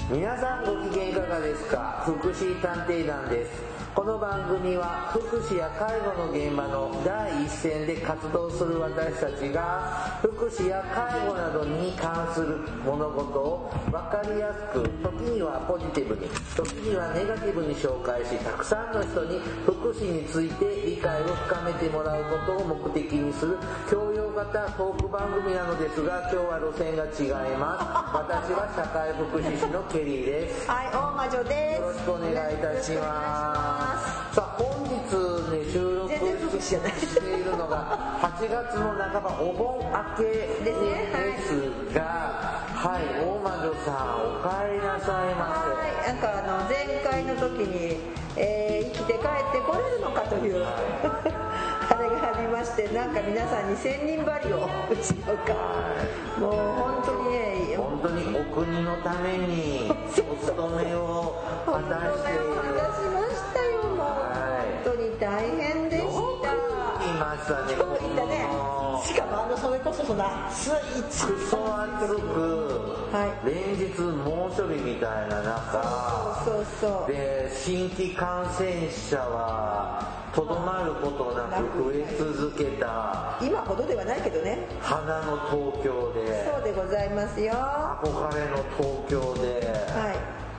皆さんご機嫌いかがですか。福祉探偵団です。この番組は福祉や介護の現場の第一線で活動する私たちが福祉や介護などに関する物事を分かりやすく、時にはポジティブに、時にはネガティブに紹介し、たくさんの人に福祉について理解を深めてもらうことを目的にする教養型トーク番組なのですが、今日は路線が違います。私は社会福祉士のケリーです。 はい、大魔女です。 よろしくお願いいたします。さあ、本日ね、収録しているのが8月の半ば、お盆明けですが、はい、大魔女さんお帰りなさいませ。 はい、なんか前回の時に、生きて帰ってこれるのかというあれがありまして、なんか皆さんに千人針を打ち合うか、もう本当にね、 本当にお国のためにお務めを果たしている。 果たしましたよ。もう本当に大変でした。 いましたね。 そういったね。しかもそれこそ暑いクソ暑く、連日猛暑日みたいな中、 そうで新規感染者はとどまることなく増え続けた。 今ほどではないけどね。 花の東京で。 そうでございますよ。 憧れの東京で。はい。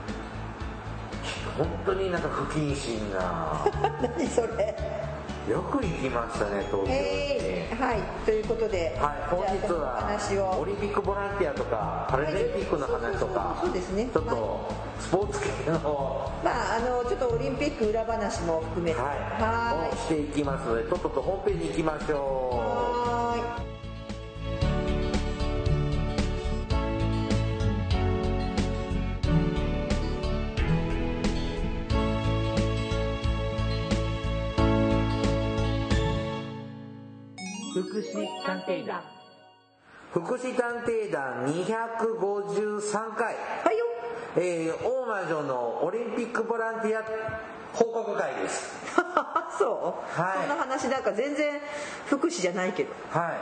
本当になんか不謹慎な。 何それ。 よく行きましたね、東京に。 はい、ということで、 はい、本日はオリンピックボランティアとかパラリンピックの話とか、 そうですね、 ちょっとスポーツ系の、 ちょっとオリンピック裏話も含めて、 をしていきますので、とっとと本編に行きましょう。 福祉探偵団。 福祉探偵団253回。 はいよ。 大魔女のオリンピックボランティア報告会です。 そう、はい、そんな話なんか全然福祉じゃないけど、 はい、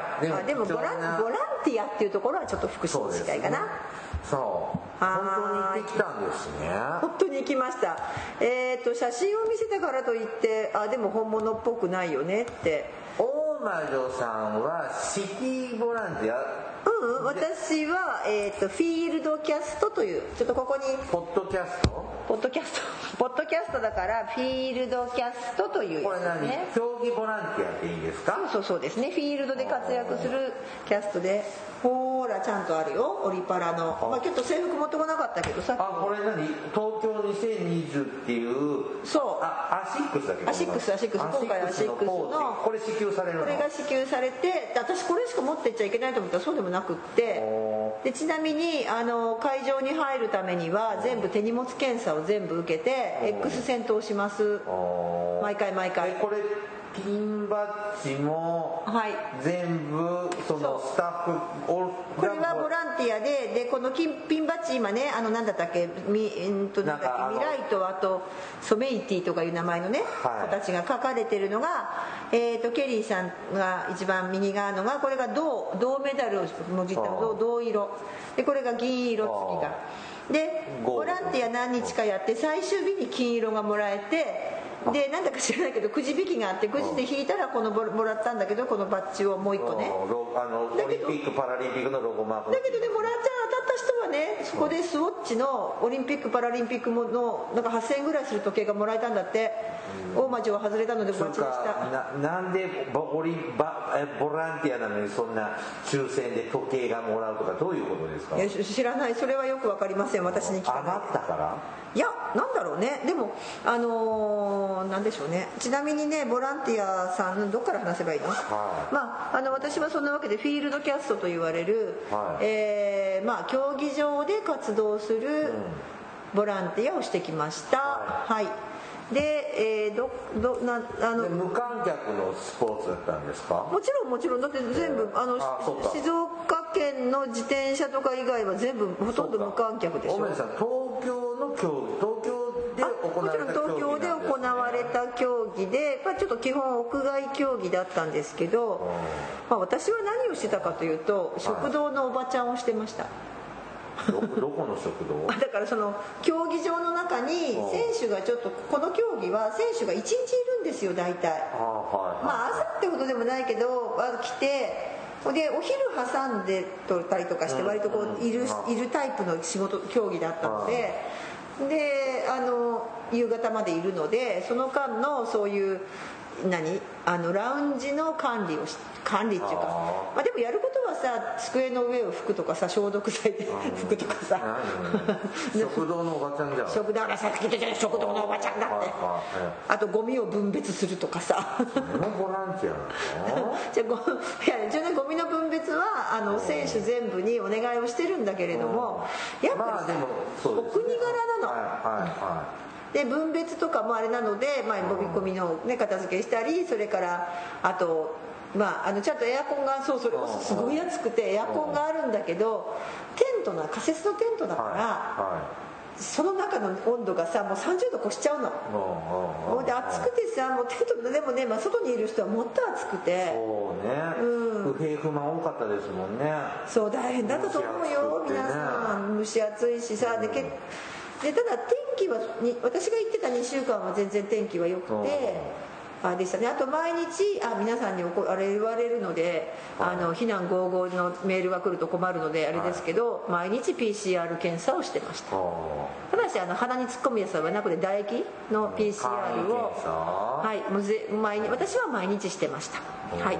でもボランティアっていうところはちょっと福祉に近いかな。 そう本当に行ってきたんですね。 本当に行きました。写真を見せたからといってでも本物っぽくないよねって。 大魔女さんはシティボランティア。 私は、フィールドキャストという、ちょっとここにポッドキャストだからフィールドキャストという、 これ何、競技ボランティアっていいですか。 そうですね。フィールドで活躍するキャストで、ほーらちゃんとあるよ、オリパラの。ちょっと制服持ってこなかったけどさ。 これ何、東京2020っていう。 そう、 アシックスだけど。 アシックス今回アシックスのこれ支給されるの。 これが支給されて、私これしか持ってっちゃいけないと思ったらそうでもなくって、でちなみに会場に入るためには全部手荷物検査を全部受けて X 線通します。毎回これピンバッジも全部そのスタッフ、 これはボランティアでこのピンバッジ今ね、なんだったっけ、ミライとあとソメイティとかいう名前のね、子たちが書かれてるのが、ケリーさんが一番右側のが、これが銅メダルをもじった銅色で、これが銀色付きがで、ボランティア何日かやって最終日に金色がもらえて、でなんだか知らないけどくじ引きがあって、くじで引いたらこのもらったんだけど、このバッジをもう一個ね、 オリンピックパラリンピックのロゴマークだけどね、もらっちゃ当たった人はね、そこでスウォッチのオリンピックパラリンピックのなんか8000円ぐらいする時計がもらえたんだって。大魔女は外れたのでごちでした。 なんでボランティアなのにそんな抽選で時計がもらうとか、どういうことですか。 いや知らない、それはよく分かりません、私に聞かない。 余ったから。 いや、なんだろうね。でもなんでしょうね。ちなみにね、ボランティアさんどっから話せばいいの、私はそんなわけでフィールドキャストと言われる、競技場で活動するボランティアをしてきました。で、 無観客のスポーツだったんですか。 もちろんだって全部静岡県の自転車とか以外は全部ほとんど無観客でしょ。 大魔女さん、東京の競技、東京で行われた競技なんですね。もちろん東京で行われた競技で、ちょっと基本屋外競技だったんですけど、私は何をしてたかというと、食堂のおばちゃんをしてました。 どこの食堂？ だからその競技場の中に選手がちょっと、この競技は選手が1日いるんですよ大体。まあ朝ってほどでもないけど来て、でお昼挟んでとったりとかして割とこういるタイプの競技だったので、で夕方までいるので、その間のそういうラウンジの管理っていうか、まあ、でもやることはさ、机の上を拭くとかさ、消毒剤で拭くとかさ、 食堂のおばちゃんじゃん。 食堂の食堂のおばちゃんだって、あとゴミを分別するとかさ、 それもボランティアなの？ じゃあ一応ね、ゴミの分別は選手全部にお願いをしてるんだけれども、やっぱりさ、お国柄なの。で分別とかもあれなので、まあ、ゴミ込みの、ね、片付けしたり、それからあと、まあ、ちゃんとエアコンが、そう、それこそすごい暑くてエアコンがあるんだけど、仮設のテントだから、その中の温度がさもう30度越しちゃうの。もうで暑くてさ、もうテントでもね、まあ、外にいる人はもっと暑くて、 そうね、不平不満多かったですもんね。そう大変だったと思うよ、皆さん。蒸し暑いしさ、でただ天気は私が行ってた2週間は全然天気は良くてでしたね。あと毎日皆さんにあれ言われるので、避難合々のメールが来ると困るのであれですけど、毎日 PCR 検査をしてました。ただし鼻に突っ込むやつはなくて唾液の PCR を、はい、私は毎日してました。はい、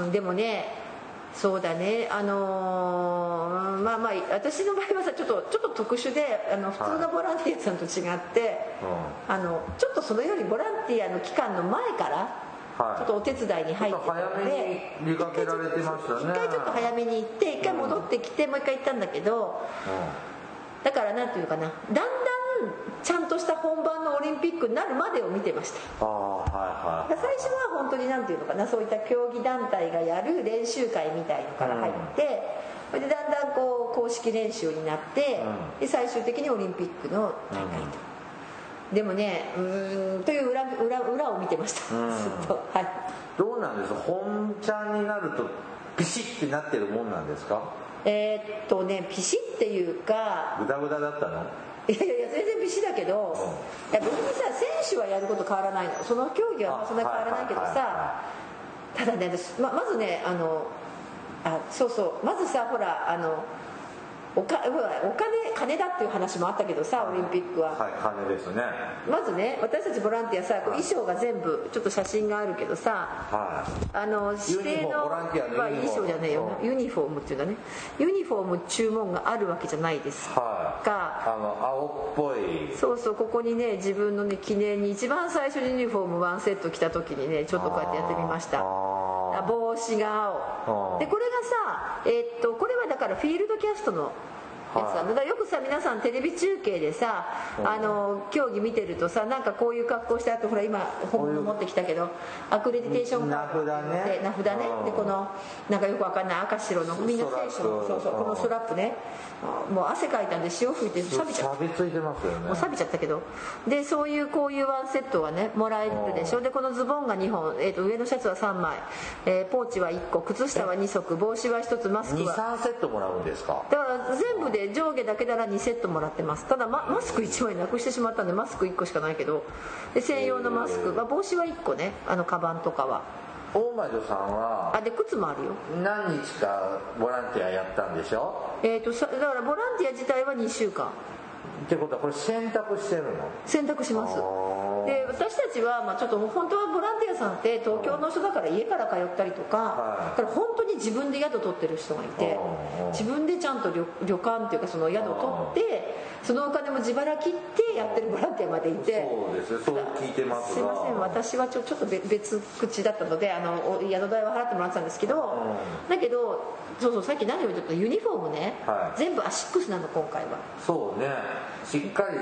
でもね、そうだね、まあ私の場合はさちょっと特殊で普通のボランティアさんと違って、ちょっとそのよりボランティアの期間の前からちょっとお手伝いに入ってたので、 早めに出かけられてましたね。 一回ちょっと早めに行って、一回戻ってきて、もう一回行ったんだけど、だからなんていうかな、だんだんちゃんとした本番のオリンピックになるまでを見てました。最初は本当になんていうのかな、そういった競技団体がやる練習会みたいのから入って、それでだんだんこう公式練習になって、で最終的にオリンピックの大会と。でもね、という裏を見てました。ずっと。はい。 どうなんですか、本ちゃんになるとピシッってなってるもんなんですか？ ピシッっていうか、 グダグダだったの？ いや全然ビシだけど、別にさ選手はやること変わらないの、その競技はそんな変わらないけどさ、ただね私 まずねそうまずさ、ほら金だっていう話もあったけどさ、オリンピックは、 金ですね。 まずね、私たちボランティアさ、衣装が全部ちょっと写真があるけどさ、指定の衣装じゃねえよ、ユニフォームっていうんだね、ユニフォーム注文があるわけじゃないですか。 青っぽい、 そうここにね、自分のね記念に一番最初にユニフォーム1セット着た時にね、ちょっとこうやってやってみました。帽子が青で、これがさ、これはだからフィールドキャストのやつなんだ。よくさ皆さんテレビ中継でさ、競技見てるとさ、なんかこういう格好して、あとほら今本物持ってきたけどアクレディテーションカードで名札ね、でこのなんかよくわかんない赤白のみんな選手のこのストラップね、もう汗かいたんで塩吹いて錆びちゃった、 錆びついてますよね、 もう錆びちゃったけど、でこういうワンセットはねもらえるでしょ。でこのズボンが2本、上のシャツは3枚、ポーチは1個、靴下は2足、帽子は1つ、マスクは 2、3セットもらうんですか？ だから全部で上下だけなら2セットもらってます。ただマスク1枚なくしてしまったんで、マスク1個しかないけど、で専用のマスク、帽子は1個ね、カバンとかは。 大魔女さんはで靴もあるよ。 何日かボランティアやったんでしょ？ だからボランティア自体は2週間ってことはこれ選択してるの？ 選択します。で私たちは、ちょっと本当はボランティアさんって東京の人だから家から通ったりとか、だから本当に自分で宿取ってる人がいて、自分でちゃんと旅館っていうかその宿を取って、そのお金も自腹切ってやってるボランティアまでいて、 そうですね、そう聞いてますが、 すいません、私はちょっと別口だったので宿代は払ってもらってたんですけど、だけどそうさっき何を言ったか、ユニフォームね、全部アシックスなの今回は。そうね、 しっかり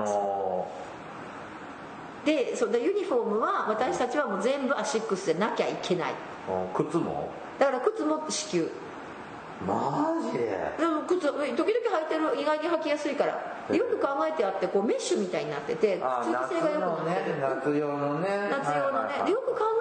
でユニフォームは私たちはもう全部アシックスでなきゃいけない。 靴も？ だから靴も支給。 マジで？ 靴時々履いてる、意外に履きやすいから。よく考えてあって、こうメッシュみたいになってて、通気性が良くなってる。 夏用のね。 でよく考えてあっ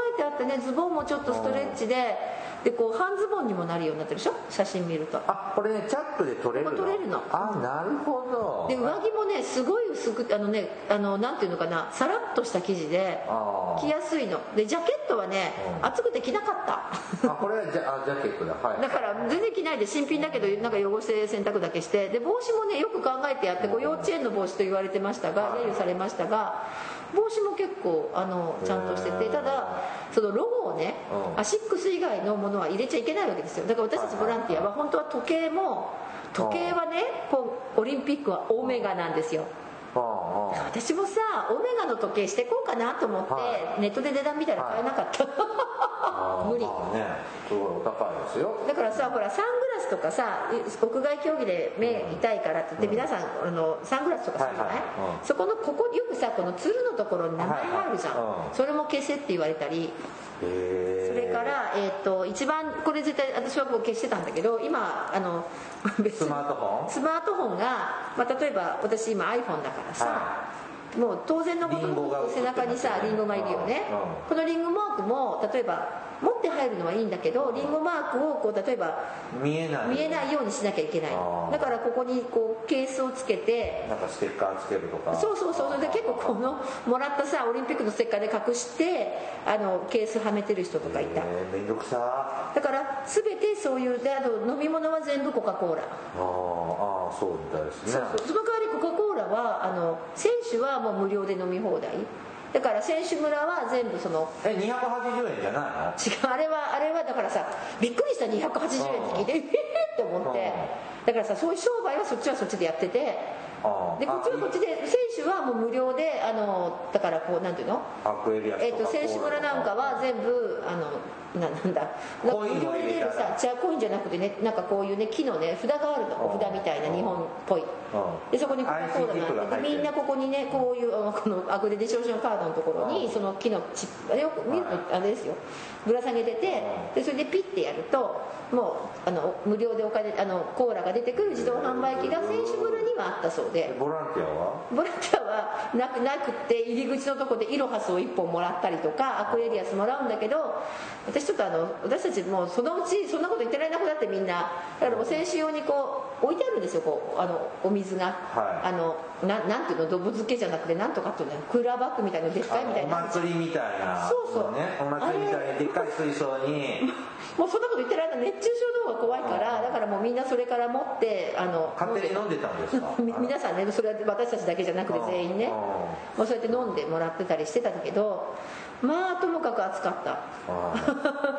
ったね。ズボンもちょっとストレッチでこう半ズボンにもなるようになってるでしょ、写真見ると。 これねチャックで取れるの。 取れるの。 なるほど。 で上着もねすごい薄くなんていうのかな、さらっとした生地で着やすいので、ジャケットはね、暑くて着なかったこれはジャケットだ、はい、 だから全然着ないで新品だけどなんか汚して洗濯だけして、で帽子もねよく考えてやって、幼稚園の帽子と言われてましたが、揶揄されましたが、帽子も結構ちゃんとしてて、ただそのロゴをね、アシックス以外のものは入れちゃいけないわけですよ。だから私たちボランティアは本当は時計はね、オリンピックはオメガなんですよ。私もさオメガの時計してこうかなと思って、ネットで値段見たら買えなかった無理、 すごいお高いですよ。 だからさ、ほらサングラスとかさ、屋外競技で目痛いからって言って皆さんサングラスとかするじゃない、そこのここよくさ、このつるのところに名前入るじゃん、それも消せって言われたり、それから一番これ絶対私はこう消してたんだけど、今別にスマートフォンが、例えば私今 iPhone だからさ、もう当然のことの背中にさリンゴがいるよね、このリンゴマークも例えば持って入るのはいいんだけど、リンゴマークを例えば見えないようにしなきゃいけない。だからここにケースをつけて、 なんかステッカーつけるとか、 そうで結構このもらったさオリンピックのステッカーで隠してケースはめてる人とかいた。 めんどくさ。 だから全てそういうで、飲み物は全部コカ・コーラ。 そうみたいですね。 その代わりコカ・コーラは選手はもう無料で飲み放題だから、選手村は全部280 円じゃないの？ 違う、あれはだからさ、びっくりした、280円って聞いてって思って、だからさ、そういう商売はそっちはそっちでやってて、でこっちはこっちで、選手はもう無料でだからなんていうの、選手村なんかは全部なんだ無料で出るさ、チェアコインじゃなくてね、なんかこういうね木のね札があるの、お札みたいな日本っぽい、でそこにコカ・コーラがあって、みんなここにねこういうこのアクレディションカードのところにその木のチップ、あれを見るとあれですよ、ぶら下げてて、でそれでピッてやるともう無料でコーラが出てくる自動販売機が選手村にはあったそうで、 ボランティアはなくって入り口のとこでイロハスを1本もらったりとかアクエリアスもらうんだけど、私ちょっと私たちもうそのうちそんなこと言ってられなくなって、みんなだからもう選手用に置いてあるんですよ、お水が、なんていうの、ドブ漬けじゃなくてなんとかっていうの、クーラーバッグみたいなでっかいみたいな、 お祭りみたいな、お祭りみたいなでっかい水槽にもうそんなこと言ってられない、熱中症の方が怖いから、だからもうみんなそれから持って勝手に飲んでたんですか？ 皆さんね、それは私たちだけじゃなくて全員ね、もうそうやって飲んでもらってたりしてたんだけど、まあともかく暑かっただから、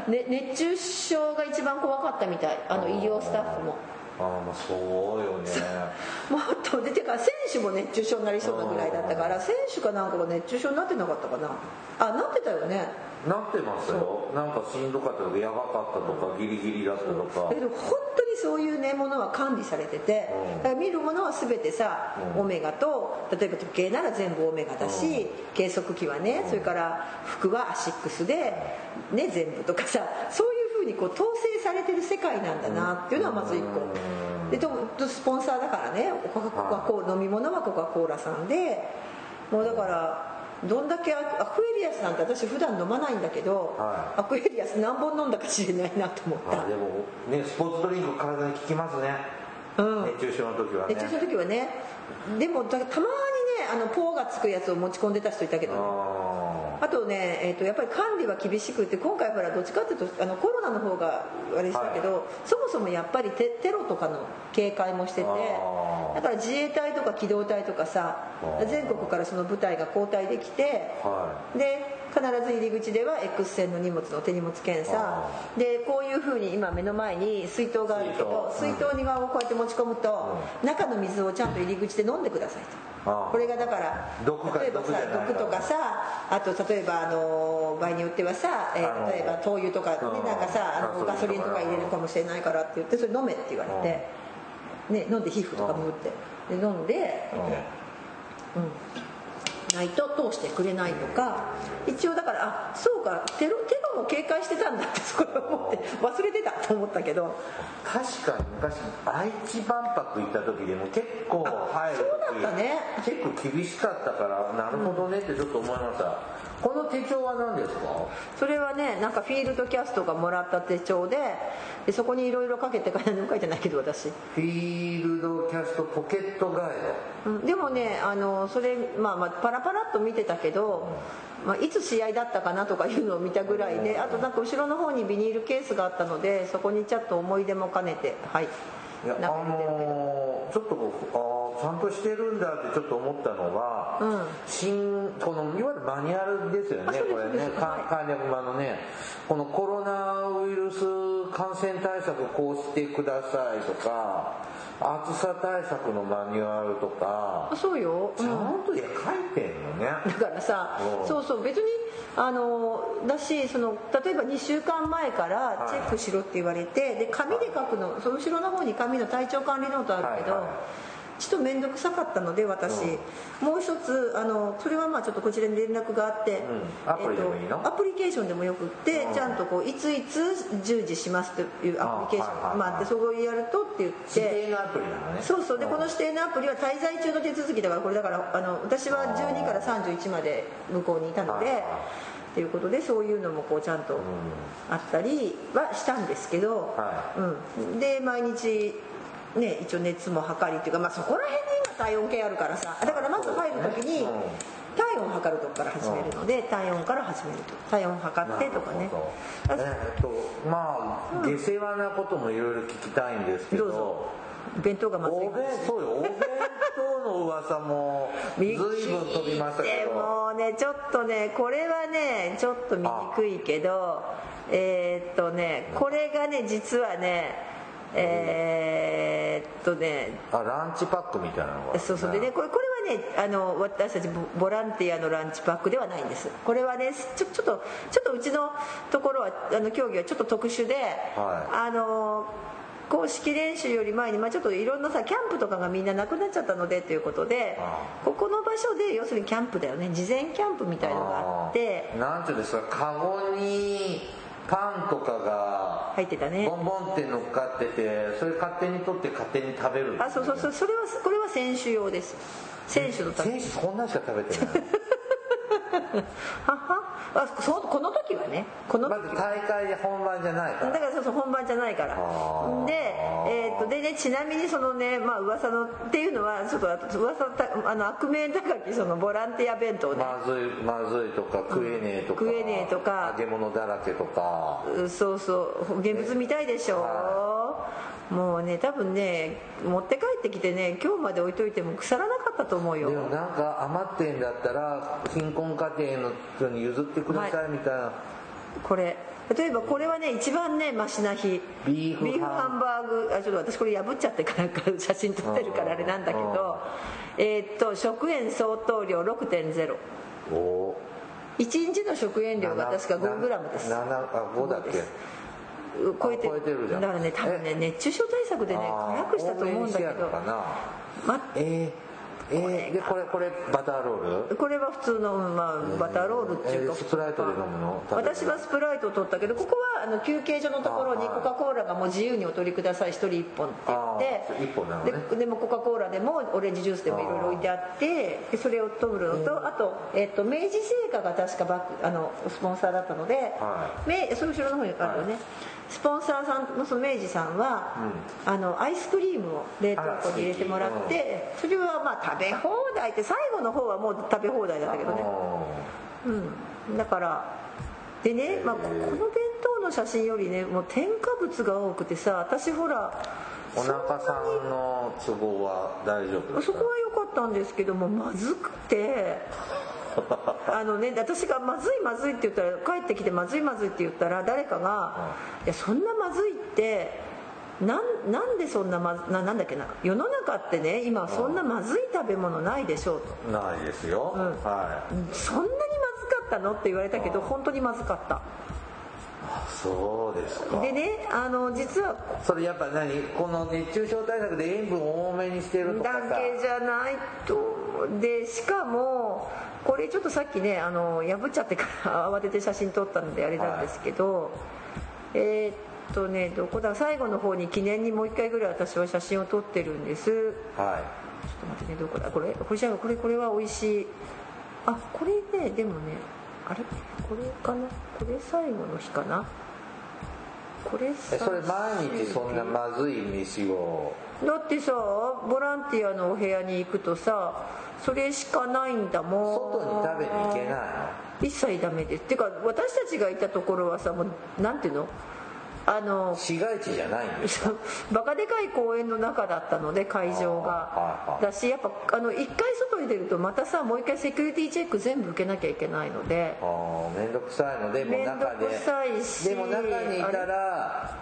熱中症が一番怖かったみたい、医療スタッフも。 そうよね。 もっと出てから選手も熱中症になりそうなぐらいだったから、選手かなんかが熱中症になってなかったかな。なってたよね。 なってますよ。なんかしんどかったとかやばかったとかギリギリだったとか。 だけど本当にそういうねものは管理されてて、だから見るものは全てさ、オメガと、例えば時計なら全部オメガだし、計測器はね、それから服はアシックスでね全部とかさ、そういう風に統制されてる世界なんだなっていうのはまず一個で、スポンサーだからね、飲み物はコカ・コーラさんで、もうだからどんだけアクエリアスなんて私普段飲まないんだけど、アクエリアス何本飲んだか知れないなと思った。 でもね、スポーツドリンク体に効きますね、熱中症の時はね。 熱中症の時はね。でもたまにねポーがつくやつを持ち込んでた人いたけどね。あとね、やっぱり管理は厳しくて、今回ほらどっちかっていうとコロナの方があれしたけど、そもそもやっぱりテロとかの警戒もしてて、だから自衛隊とか機動隊とかさ、全国からその部隊が交代できて、で必ず入り口では X 線の荷物の手荷物検査で、こういうふうに今目の前に水筒があるけど、水筒に側をこうやって持ち込むと、中の水をちゃんと入り口で飲んでくださいと。これがだから例えばさ、毒とかさ、あと例えば場合によってはさ、例えば灯油とかね、なんかさガソリンとか入れるかもしれないからって言って、それ飲めって言われて、ね、飲んで皮膚とかブーってで飲んで、ないと通してくれないとか、一応だからそうか、テロも警戒してたんだってそこで思って忘れてたと思ったけど、 確かに昔愛知万博行った時でも結構入る時、 そうだったね、 結構厳しかったから、なるほどねってちょっと思いました。 この手帳は何ですか？ それはねなんかフィールドキャストがもらった手帳でそこにいろいろ書けて何も書いてないけど私フィールドキャストポケットガイド、 でもねそれパラパラっと見てたけど、いつ試合だったかなとかいうのを見たぐらいで、あとなんか後ろの方にビニールケースがあったのでそこにちょっと思い出も兼ねていやちょっとちゃんとしてるんだってちょっと思ったのが、このいわゆるマニュアルですよね、これね、簡略版のね、このコロナウイルス感染対策こうしてくださいとか、暑さ対策のマニュアルとか、 そうよ、 ちゃんと書いてんのね。 だからさ、そう別にだし例えば2週間前からチェックしろって言われて、で紙で書くの、その後ろの方に紙の体調管理ノートあるけど、ちょっと面倒くさかったので私、もう一つそれはちょっとこちらに連絡があって、 アプリでもいいの？ アプリケーションでもよくって、ちゃんといついつ従事しますというアプリケーションがあって、そこをやるとって言って、 指定のアプリなのね。 そうでこの指定のアプリは滞在中の手続きだから、これだから私は12から31まで向こうにいたのでということで、そういうのもちゃんとあったりはしたんですけど、で毎日ね一応熱も測りっていうか、そこら辺に今体温計あるからさ、だからまず入る時に体温を測るとこから始めるので、体温から始めると、体温を測ってとかね。 下世話なこともいろいろ聞きたいんですけど、 どうぞ。弁当がまずいそうよ、お弁当の噂も随分飛びましたけど、 もうねちょっとねこれはねちょっと見にくいけど、これがね実はねランチパックみたいなのが、 そうでね、これはね私たちボランティアのランチパックではないんです。これはねちょっとうちのところは競技はちょっと特殊で、公式練習より前に、ちょっといろんなさキャンプとかがみんななくなっちゃったのでということで、ここの場所で要するにキャンプだよね、事前キャンプみたいのがあって、 なんていうんですか、カゴにパンとかが入ってたね、 ボンボンって乗っかってて、それ勝手に取って勝手に食べるんです、ね、 そうこれは選手用です。選手のため。 選手そんなしか食べてないこの時はね、 まず大会で本番じゃないから、 だから本番じゃないからでね、ちなみにそのね、噂のっていうのはちょっと噂悪名高きそのボランティア弁当ね、 まずいとか食えねえとか揚げ物だらけとか、 そう現物見たいでしょ、もうね多分ね持って帰ってきてね今日まで置いといても腐らなかったと思うよ。 でもなんか余ってんだったら貧困家庭の人に譲ってくださいみたいな、 これ例えばこれはね一番ねマシな日、ビーフハンバーグ、ちょっと私これ破っちゃってから写真撮ってるからあれなんだけど、食塩相当量 6.0、 1日の食塩量が確か 5g です。 5だっけ、 超えてるじゃん。だからね多分ね熱中症対策でね辛くしたと思うんだけど、 でこれバターロール、 これは普通の、バターロールっていうか、 スプライトで飲むの？ 私はスプライトを取ったけど、ここは休憩所のところにコカ・コーラがもう自由にお取りください、1人1本って言って、 1本なのね、 でもコカ・コーラでもオレンジジュースでもいろいろ置いてあって、でそれを取るのと、あと、明治製菓が確かスポンサーだったので、その後ろの方にあるよね、スポンサーさんのその明治さんは、アイスクリームを冷凍庫に入れてもらって、それは食べ放題って、最後の方はもう食べ放題だったけどね、だからでね、この弁当の写真よりねもう添加物が多くてさ、私ほらお腹さんの都合は大丈夫ですか？ そこは良かったんですけども、まずくて私がまずいって言ったら、帰ってきてまずいって言ったら、誰かがいやそんなまずいってなんでそんななんだっけな、世の中ってね今そんなまずい食べ物ないでしょうと。 ないですよ、 そんなにまずかったのって言われたけど、本当にまずかった。 そうですか。 でね実はそれやっぱこの熱中症対策で塩分多めにしてるとかさだけじゃないと。でしかもこれちょっとさっきね破っちゃってから慌てて写真撮ったのであれなんですけど、どこだ、最後の方に記念にもう一回ぐらい私は写真を撮ってるんです。ちょっと待ってね、どこだ、これは美味しい。これねでもねあれこれかな、これ最後の日かな、これそれ毎日そんなまずい飯を。 だってさボランティアのお部屋に行くとさそれしかないんだもん。 外に食べに行けないの？ 一切ダメです。っていうか私たちがいたところはさもうなんていうの市街地じゃないんですか？ バカでかい公園の中だったので会場がだし、やっぱ一回外に出るとまたさもう一回セキュリティチェック全部受けなきゃいけないので面倒くさいので、もう中ででも中にいたら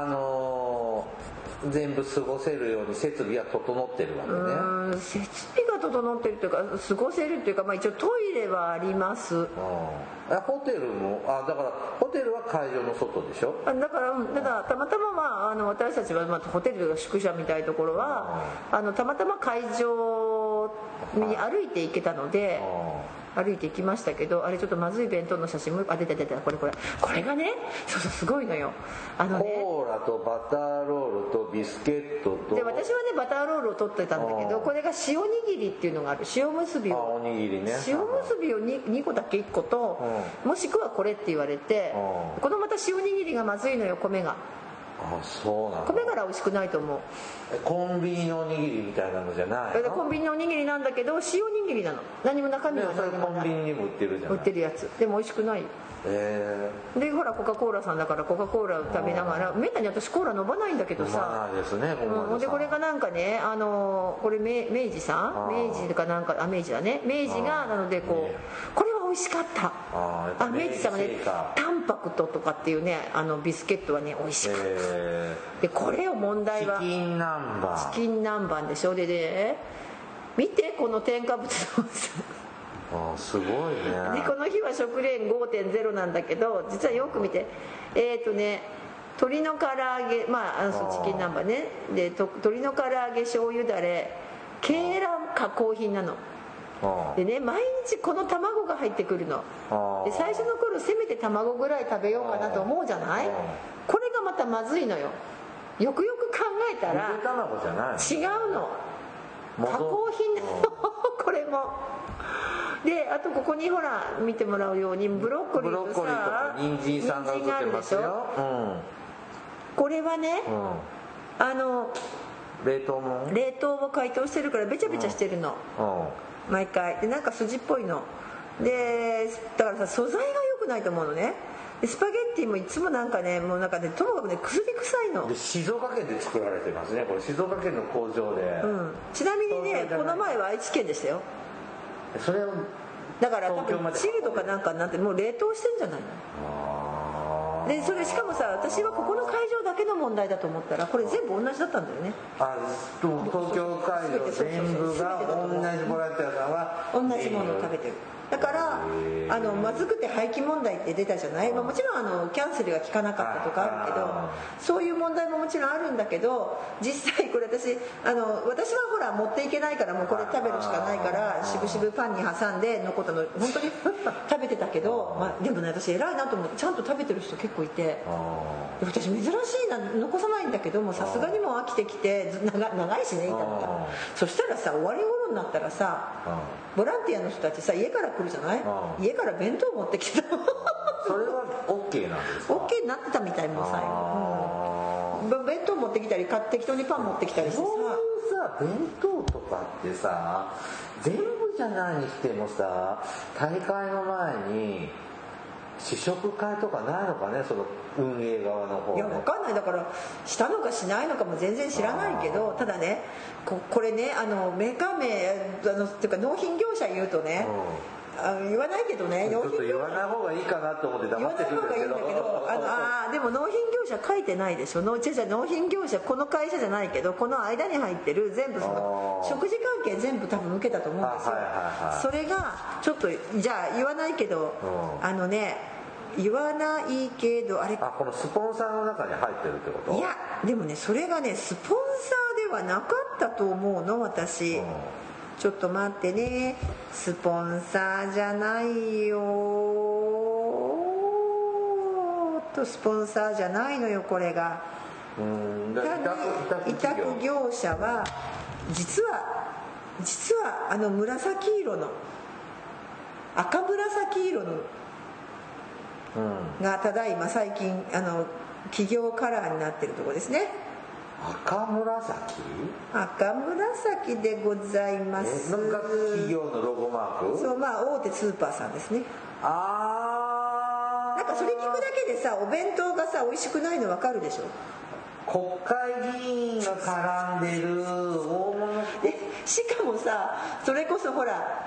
全部過ごせるように設備は整ってるわけね。 設備が整ってるというか過ごせるというか、一応トイレはあります。 ホテルもだからホテルは会場の外でしょ。 だからたまたま私たちはホテルの宿舎みたいなところはたまたま会場に歩いて行けたので歩いて行きましたけど、あれちょっとまずい弁当の写真も出たこれがね、そうすごいのよ。 コーラとバターロールとビスケットと。 で私はねバターロールを取ってたんだけど、これが塩握りっていうのがある。塩結びをおにぎりね。 塩結びを 2個だけ1個と、もしくはこれって言われて、このまた塩握りがまずいのよ、米が。 そうなの。 米から美味しくないと思う。 コンビニのおにぎりみたいなのじゃないの？ コンビニのおにぎりなんだけど塩握りなの。何も中身がない。 それコンビニにも売ってるじゃない。 売ってるやつでも美味しくない。でほらコカ・コーラさんだからコカ・コーラを食べながら、めったに私コーラ飲まないんだけどさ。 飲まないですね。 でこれがなんかねこれ明治さん、明治かなんか明治だね、明治がなのでこれは美味しかった。明治さんはねタンパクトとかっていうねビスケットはね美味しかった。でこれを問題はチキン南蛮でしょ。で見てこの添加物のすごいね。 でこの日は食塩 5.0 なんだけど、実はよく見て鶏の唐揚げチキン南蛮ね、で鶏の唐揚げ醤油だれ鶏卵加工品なのでね、毎日この卵が入ってくるので、最初の頃せめて卵ぐらい食べようかなと思うじゃない。これがまたまずいのよ。よくよく考えたらゆで卵じゃない違うの、加工品なのこれも。であとここにほら見てもらうようにブロッコリーとさ人参さんが映ってますよ。 これはね、 冷凍もん、 冷凍も解凍してるからべちゃべちゃしてるの、毎回でなんか筋っぽいので、だからさ素材が良くないと思うのね。でスパゲッティもいつもなんかねもうなんかねともかくね薬臭いので静岡県で作られてますね。これ静岡県の工場で、 ちなみにねこの前は愛知県でしたよ。 それをだから多分チルとかなんかなんてもう冷凍してんじゃないの。でそれしかもさ私はここの会場だけの問題だと思ったらこれ全部同じだったんだよね。 東京会場全部が同じボランティアさんは同じものを食べてる。だからまずくて廃棄問題って出たじゃない。もちろんキャンセルが効かなかったとかあるけどそういう問題ももちろんあるんだけど、実際これ私はほら持っていけないからもうこれ食べるしかないからしぶしぶパンに挟んで残ったの本当に食べてたけど、でもね私偉いなと思ってちゃんと食べてる人結構いて、私珍しいな残さないんだけどもさすがにもう飽きてきて長いしねいたのが。そしたらさ終わり頃になったらさボランティアの人たちさ家から来るじゃない。家から弁当持ってきてたそれは OK なんですか。 OK になってたみたい。もう最後、弁当持ってきたり適当にパン持ってきたりしてさ、 そういうさ弁当とかってさ全部じゃないにしてもさ大会の前に試食会とかないのかね、その運営側の方で。 いや分かんない。だからしたのかしないのかも全然知らないけど、ただねこれねメーカー名っていうか納品業者言うとね、言わないけどね、 ちょっと言わない方がいいかなと思って黙ってるんですけど、 言わない方がいいんだけどでも納品業者書いてないでしょ。納品業者この会社じゃないけどこの間に入ってる全部その食事関係全部多分受けたと思うんですよ。それがちょっとじゃあ言わないけど言わないけどこのスポンサーの中に入ってるってこと？ いやでもねそれがねスポンサーではなかったと思うの私。ちょっと待ってね、スポンサーじゃないよと、スポンサーじゃないのよこれが。委託業者は実は紫色の赤紫色のがただいま最近企業カラーになってるところですね。 赤紫でございます。 企業のロゴマーク。 そう、大手スーパーさんですね。なんかそれ聞くだけでさ、お弁当がさ美味しくないの分かるでしょ。 国会議員が絡んでる大物しかもさ、それこそほら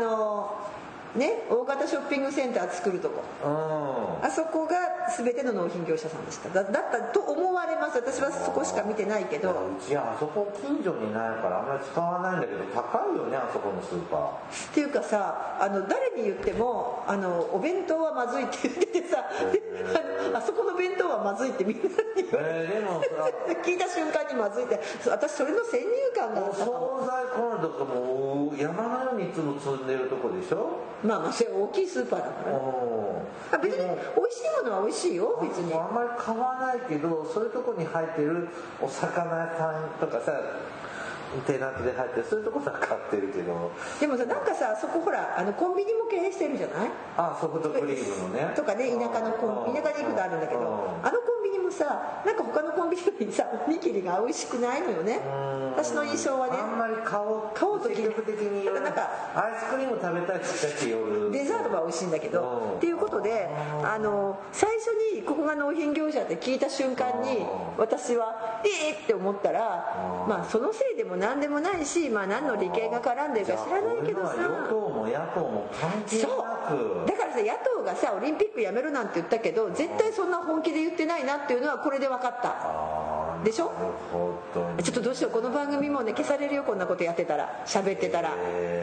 大型ショッピングセンター作るとこ、あそこが全ての納品業者さんでした。だったと思われます。私はそこしか見てないけど、 うちあそこ近所にないからあんまり使わないんだけど、高いよねあそこのスーパーっていうかさ、誰に言ってもお弁当はまずいって言っててさ、あそこの弁当はまずいってみんなに言われて、 でも聞いた瞬間にまずいって、私それの先入観があったかも。 お惣菜コーナーとかも山のようにいつも積んでるとこでしょ。 それ大きいスーパーだから別に美味しいものは美味しいよ。別にあんまり買わないけど、そういうとこに入ってるお魚屋さんとかさ、テナントで入ってるそういうとこさ買ってるけど、 でもさ、なんかさ、そこほらコンビニも経営してるじゃない。 ソフトクリームのねとかね、田舎に行くとあるんだけど、コンビニもさ、なんか他のコンビニよりさおにぎりが美味しくないのよね。私の印象はね。 あんまり買おうと積極的になんかアイスクリーム食べたいって言ったし、夜デザートは美味しいんだけど、っていうことで最初にここが納品業者って聞いた瞬間に私はって思ったら、そのせいでも何でもないし、何の利権が絡んでるか知らないけどさ、 与党も野党も関係なく、 そうだからさ、野党がさオリンピックやめるなんて言ったけど、絶対そんな本気で言ってないなっていうのはこれで分かったでしょ。ちょっとどうしよう、この番組もね消されるよ、こんなことやってたら、喋ってたら。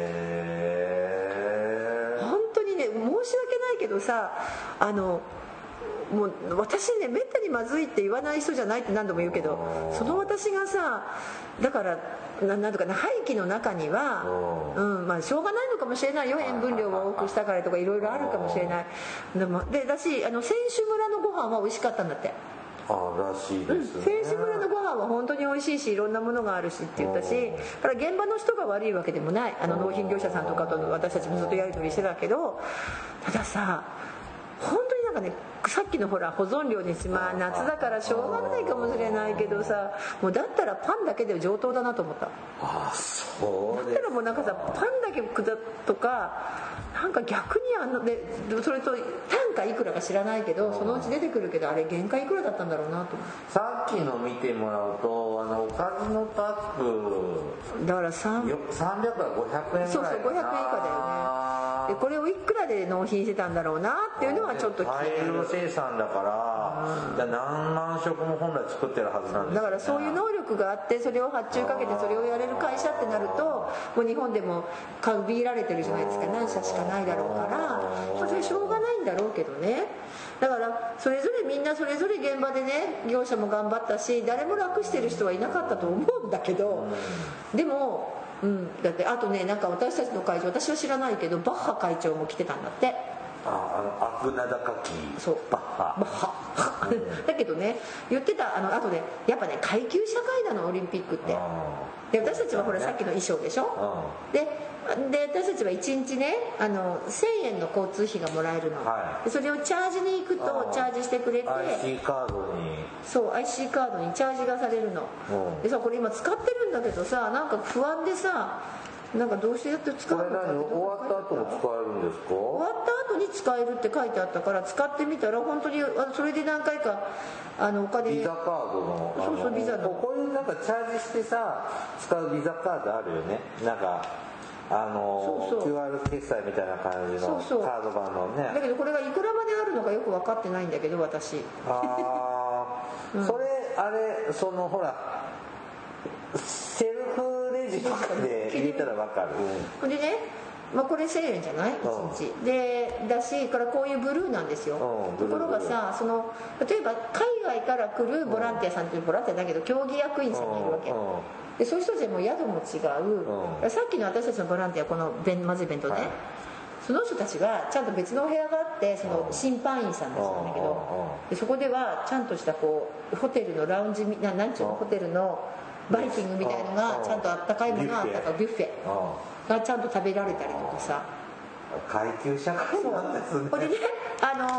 本当にね、申し訳ないけどさ、もう私ね、めったにまずいって言わない人じゃないって何度も言うけど、その私がさ、だからなんとかな、廃棄の中にはしょうがないのかもしれないよ、塩分量を多くしたからとかいろいろあるかもしれない。でだし選手村のご飯は美味しかったんだって。 らしいですね。 選手村のご飯は本当に美味しいし、いろんなものがあるしって言ったし、だから現場の人が悪いわけでもない。納品業者さんとかと私たちもずっとやり取りしてたけど、たださ、本当になんかね、さっきのほら保存料に夏だからしょうがないかもしれないけどさ、もうだったらパンだけで上等だなと思った。 そうです。 だったらもうなんかさ、パンだけとか、なんか逆にでそれと単価いくらか知らないけど、そのうち出てくるけど、あれ原価いくらだったんだろうなと思って。 さっきの見てもらうとおかずのパックだから 300から500円ぐらいかな。 そう500円以下だよね。でこれをいくらで納品してたんだろうなっていうのはちょっと気になる。 大量生産だから、何万食も本来作ってるはずなんですよね。 だからそういう能力があって、それを発注かけてそれをやれる会社ってなると、もう日本でも限られてるじゃないですか、何社しかないだろうから、それしょうがないんだろうけどね。だからそれぞれみんなそれぞれ現場でね、業者も頑張ったし、誰も楽してる人はいなかったと思うんだけど、でもだってあとね、なんか私たちの会長、私は知らないけどバッハ会長も来てたんだって。 アグナダカキ、 そうバッハだけどね、言ってたあとね、やっぱね階級社会なの、オリンピックって。で私たちはほらさっきの衣装でしょ、で私たちは1日ね1000円の交通費がもらえるの、でそれをチャージに行くとチャージしてくれて、 IC カードに、 そう IC カードにチャージがされるの、でさ、これ今使ってるんだけどさ、なんか不安でさ、なんかどうしてやって使うのかって。 終わった後も使えるんですか？ 終わった後に使えるって書いてあったから使ってみたら、本当にそれで何回かお金、 ビザカードのそうビザのこういうなんかチャージしてさ使うビザカードあるよね、なんかQR 決済みたいな感じのカード版のね。 だけどこれがいくらまであるのかよく分かってないんだけど、私それそのほらセルフレジとかで入れたら分かる。 でね、これ1000円じゃない1日でだし、からこういうブルーなんですよ。ところがさ、例えば海外から来るボランティアさんっていうボランティアだけど競技役員さんがいるわけで、そういう人たちも宿も違う、さっきの私たちのボランティア、このまずい弁当ね、その人たちはちゃんと別のお部屋があって、その審判員さんたちなんだけど、でそこではちゃんとしたこうホテルのラウンジなんちゅうの、ホテルのバイキングみたいのがちゃんとあったかいものがあったか、ビュッフェがちゃんと食べられたりとかさ、 階級社会なんですね。 でね、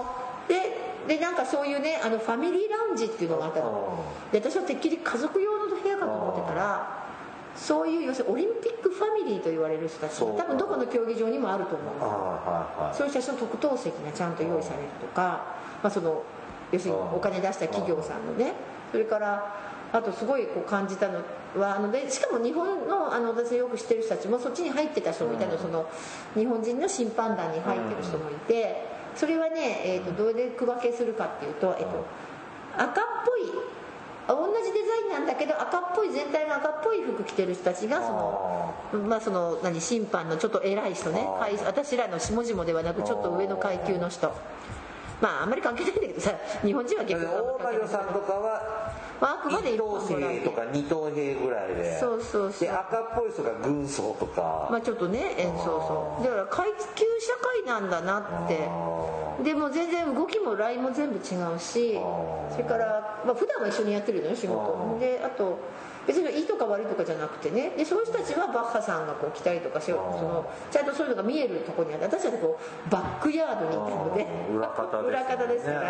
でなんかそういうねファミリーラウンジっていうのがあったので、私はてっきり家族用の部屋かと思ってたら、そういう要するにオリンピックファミリーと言われる人たちが多分どこの競技場にもあると思う。そういう人たちの特等席がちゃんと用意されるとか、その要するにお金出した企業さんのね、それからあとすごいこう感じたのはでしかも日本の私よく知ってる人たちもそっちに入ってた人もいたの、その日本人の審判団に入ってる人もいて、それはね、どれで区分けするかっていうと、赤っぽい同じデザインなんだけど赤っぽい全体の赤っぽい服着てる人たちがその審判のちょっと偉い人ね、私らの下々ではなくちょっと上の階級の人、あんまり関係ないんだけどさ、日本人は結構大魔女さんとかはあくまで 1等兵とか2等兵ぐらいで、 そうで赤っぽい人が軍曹とか、 ちょっとね、そうだから階級社会なんだなって。でも全然動きもラインも全部違うし、それから普段は一緒にやってるのよ仕事で、あと別にいいとか悪いとかじゃなくてね、でそういう人たちはバッハさんがこう来たりとかちゃんとそういうのが見えるところにあって、私はこうバックヤードにいたので裏方ですから、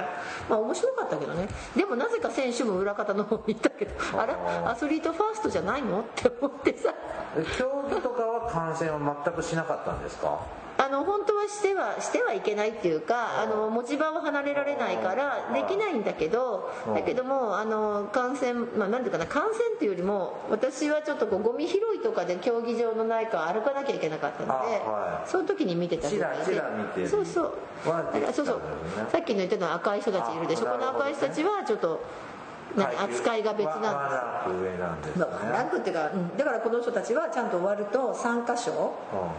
面白かったけどね。でもなぜか選手も裏方の方に行ったけど、あらアスリートファーストじゃないのって思ってさ。 競技とかは観戦は全くしなかったんですか？ 本当はしてはいけないっていうか、持ち場を離れられないからできないんだけど、も観戦なんていうかな、観戦っていうよりも私はちょっとこうゴミ拾いとかで競技場の内科を歩かなきゃいけなかったので、その時に見てたぐらいで、そうさっきの言ったのは赤い人たちいるでしょ。この赤い人たちはちょっと扱いが別なんです。ランクっていうか、だからこの人たちはちゃんと終わると参加証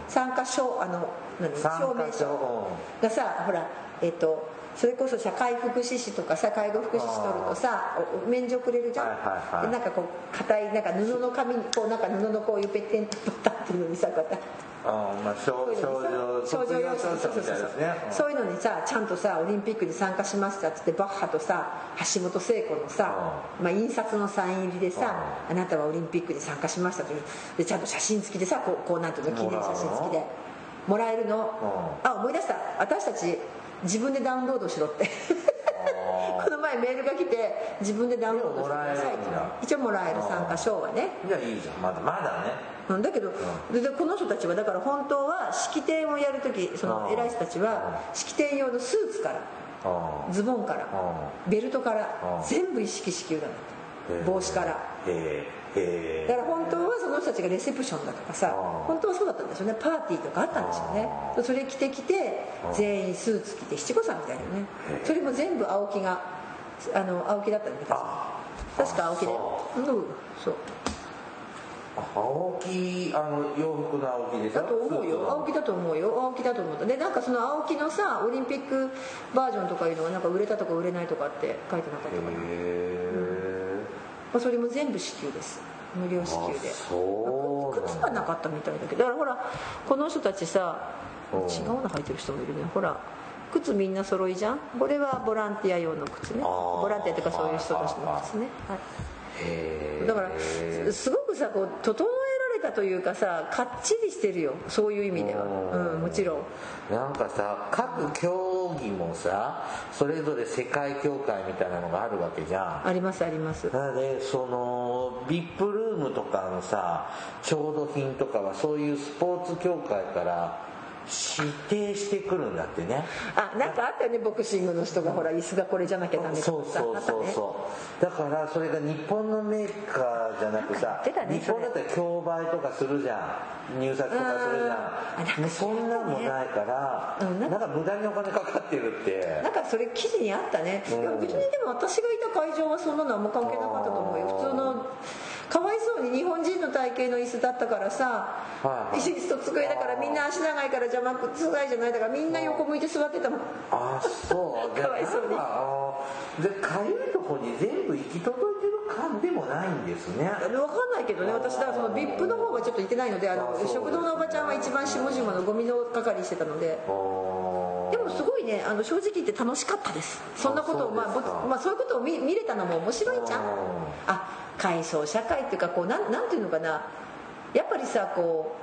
証明書がさ、ほらそれこそ社会福祉士とかさ、介護福祉士取るとさ免除くれるじゃん。でなんかこう硬いなんか布の紙にこうなんか布のこういうペッテンパタっていうのにさ、こうやって症状用紙そういうのにさ、ちゃんとさオリンピックに参加しましたっつってバッハとさ橋本聖子のさ、印刷のサイン入りでさ、あなたはオリンピックに参加しましたというでちゃんと写真付きでさ、こうなんていうの、記念写真付きでもらえるの。思い出した、私たち自分でダウンロードしろってこの前メールが来て、自分でダウンロードしてくださいって。一応もらえる参加賞はね。 いやいいじゃん、まだね。 だけどこの人たちはだから本当は式典をやるとき、その偉い人たちは式典用のスーツからズボンからベルトから全部一式支給だった、帽子から。だから本当はその人たちがレセプションだとかさ、本当はそうだったんでしょうね、パーティーとかあったんでしょうね。それ着てきて全員スーツ着て、七五三みたいなね。それも全部青木だったんだけど、確か青木で、そう青木、洋服の青木でしょ。 だと思うよ、青木だと思うよ、青木だと思った。でなんかその青木のさオリンピックバージョンとかいうのがなんか売れたとか売れないとかって書いてなかったかな。それも全部支給です、無料支給で。靴がなかったみたいだけど、だからほらこの人たちさ、違うの履いてる人もいるね。ほら靴みんな揃いじゃん。これはボランティア用の靴ね、ボランティアとかそういう人たちの靴ね。だからすごくさこう整えられたというかさ、かっちりしてるよ、そういう意味では。もちろんなんかさ、各競技もさそれぞれ世界協会みたいなのがあるわけじゃん。 ありますあります。 なのでそのVIPルームとかのさ調度品とかはそういうスポーツ協会から指定してくるんだってね。 なんかあったよね、ボクシングの人がほら椅子がこれじゃなきゃダメとかさ。 だからそれが日本のメーカーじゃなくさ、日本だったら競売とかするじゃん、入札とかするじゃん。そんなんもないから、なんか無駄にお金かかってるって、 なんかそれ記事にあったね。別にでも私がいた会場はそんなのあんま関係なかったと思うよ。普通のかわいそうに日本人の体型の椅子だったからさ、椅子と机だからみんな足長いから邪魔くさいじゃないだからみんな横向いて座ってたもん。 そうかわいそうに。 でかゆいとこに全部行き届いてる感でもないんですね。 分かんないけどね、私だからその VIP の方はちょっと行ってないので、食堂のおばちゃんは一番下々のゴミの係してたので。でもすごいね、正直言って楽しかったです。そんなことをそういうことを見れたのも面白いじゃん。階層社会っていうかこうなんていうのかな、やっぱりさこう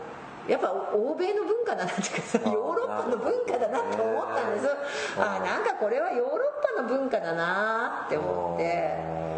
やっぱ欧米の文化だなっていうかさ、ヨーロッパの文化だなって思ったんです。なんかこれはヨーロッパの文化だなって思って、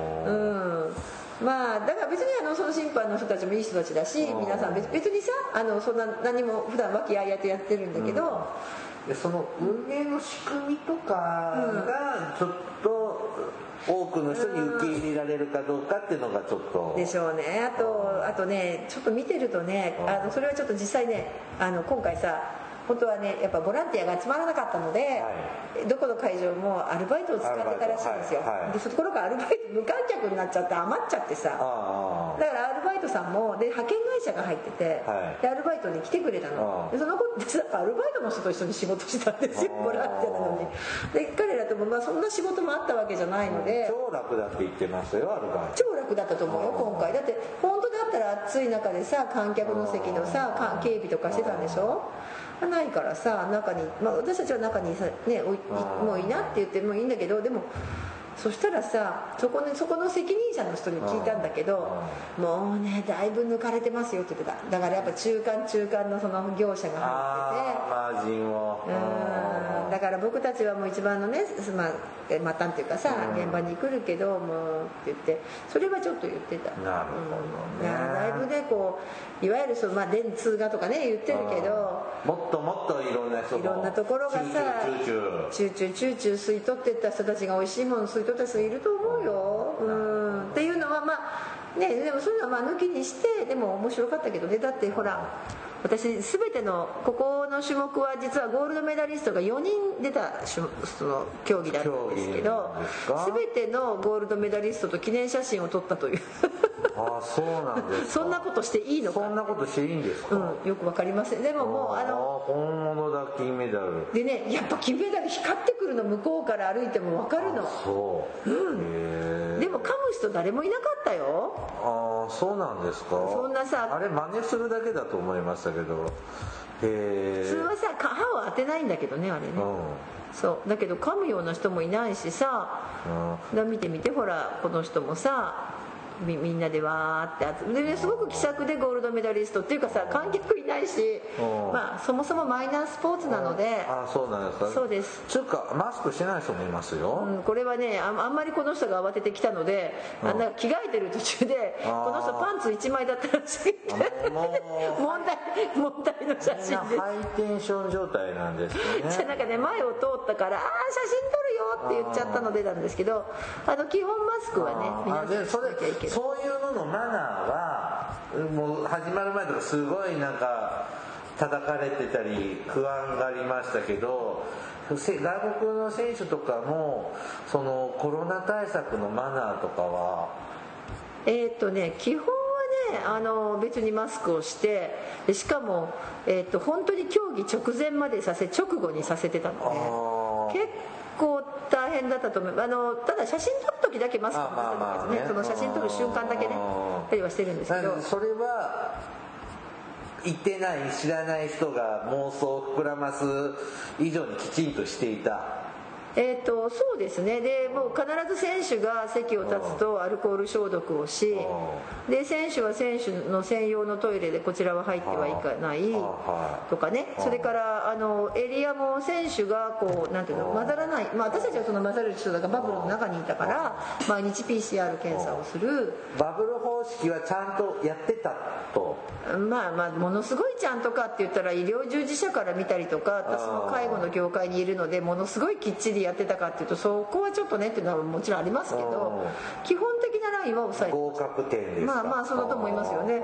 まあだから別にその審判の人たちもいい人たちだし、皆さん別にさそんな何も普段和気あいあいとやってるんだけど、 でその運営の仕組みとかがちょっと多くの人に受け入れられるかどうかっていうのがちょっとでしょうね。あとねちょっと見てるとね、それはちょっと実際ね今回さ本当はねやっぱボランティアが集まらなかったので、どこの会場もアルバイトを使ってたらしいんですよ、でそこからアルバイト無観客になっちゃって余っちゃってさ、だからアルバイトさんもで派遣会社が入ってて、でアルバイトに来てくれたの、でその子ってアルバイトの人と一緒に仕事したんですよ、ボランティアなのに。で彼らともそんな仕事もあったわけじゃないので、 超楽だって言ってましたよ、アルバイト。 超楽だったと思うよ今回。だって本当だったら暑い中でさ観客の席のさ警備とかしてたんでしょ。ないからさ中に、私たちは中にさ、ね、もういいなって言ってもいいんだけど、でもそしたらさそこの責任者の人に聞いたんだけど、もうねだいぶ抜かれてますよって言ってた。だからやっぱ中間のその業者が入ってて、 マージンをだから僕たちはもう一番のね末端っていうかさ、現場に来るけどもうって言って、それはちょっと言ってた。 なるほどね、 だいぶねこういわゆる電通がとかね言ってるけど、 もっといろんな人もいろんなところがさチュー吸い取ってった人たちが美味しいもの吸い取った人いると思うよ、っていうのはでもそういうのは抜きにしてでも面白かったけどね。だってほら私全てのここの種目は実はゴールドメダリストが4人出たその競技だったんですけど、全てのゴールドメダリストと記念写真を撮ったというそうなんですか。 そんなことしていいのか。 そんなことしていいんですか。 よくわかりません。でももう本物だ金メダルでね、やっぱ金メダル光ってくるの向こうから歩いてもわかるの。でも噛む人誰もいなかったよ。 そうなんですか。 そんなさあれ真似するだけだと思いましたけど、 普通はさ歯を当てないんだけどねあれね、そうだけど噛むような人もいないしさ、見てみてほらこの人もさみんなでわーってで、ね、すごく気さくでゴールドメダリストっていうかさ観客いないし、そもそもマイナースポーツなので。 そうなんですか。 そうです。 つうかマスクしてない人もいますよ、 これはねあんまりこの人が慌ててきたので、着替えてる途中でこの人パンツ1枚だったらしいって問題の写真です。 ハイテンション状態なんですよね。 じゃなんかね前を通ったから写真撮るよって言っちゃったのでなんですけど、基本マスクはね皆さんしなきゃいけない。 そういうののマナーはもう始まる前とかすごいなんか叩かれてたり不安がありましたけど、外国の選手とかもそのコロナ対策のマナーとかは基本はね別にマスクをしてでしかも、本当に競技直前まで直後にさせてたので結構大変だったと思う。ただ写真撮る時だけマスクをしたんですね。その写真撮る瞬間だけねやりはしてるんですけど、 それは言ってない知らない人が妄想を膨らます以上にきちんとしていた。 そうですね。でもう必ず選手が席を立つとアルコール消毒をし、で選手は選手の専用のトイレでこちらは入ってはいかないとかね。それからエリアも選手がこうなんていうの混ざらない、私たちはその混ざる人だからバブルの中にいたから毎日 PCR 検査をする。 バブル方式はちゃんとやってたと。 ものすごいちゃんとかって言ったら医療従事者から見たりとか、私も介護の業界にいるのでものすごいきっちりやってたかっていうとそこはちょっとねっていうのはもちろんありますけど、基本的なラインは抑えて合格点ですか。 そうだと思いますよね。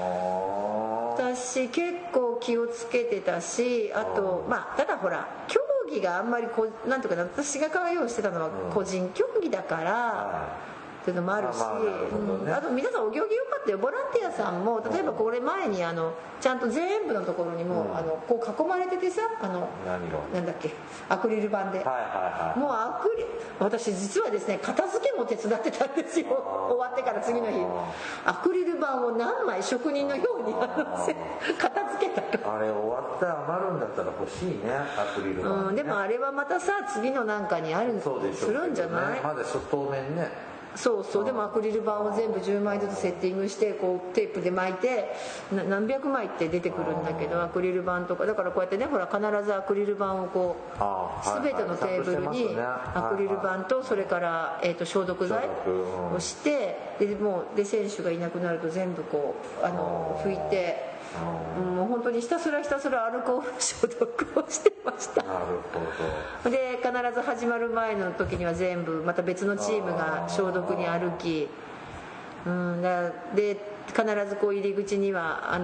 私結構気をつけてたし、あとただほら競技があんまりなんとか私が通うしてたのは個人競技だから、っていうのもあるし、あと皆さんお行儀良かったよ。ボランティアさんも例えばこれ前にちゃんと全部のところにもこう囲まれててさなんだっけアクリル板で、もう私実はですね片付けも手伝ってたんですよ終わってから次の日アクリル板を何枚職人のように片付けたあれ終わったら余るんだったら欲しいねアクリル板、 でもあれはまたさ次のなんかにあるするんじゃない。 まだ当面ねそうそう、でもアクリル板を全部10枚ずつセッティングしてこうテープで巻いて何百枚って出てくるんだけど、アクリル板とかだからこうやってね、ほら必ずアクリル板をこう全てのテーブルにアクリル板とそれから消毒剤をして、で選手がいなくなると全部こう拭いて。もう本当にひたすらアルコール消毒をしてました。 なるほど。 で必ず始まる前の時には全部また別のチームが消毒に歩き、で必ずこう入り口には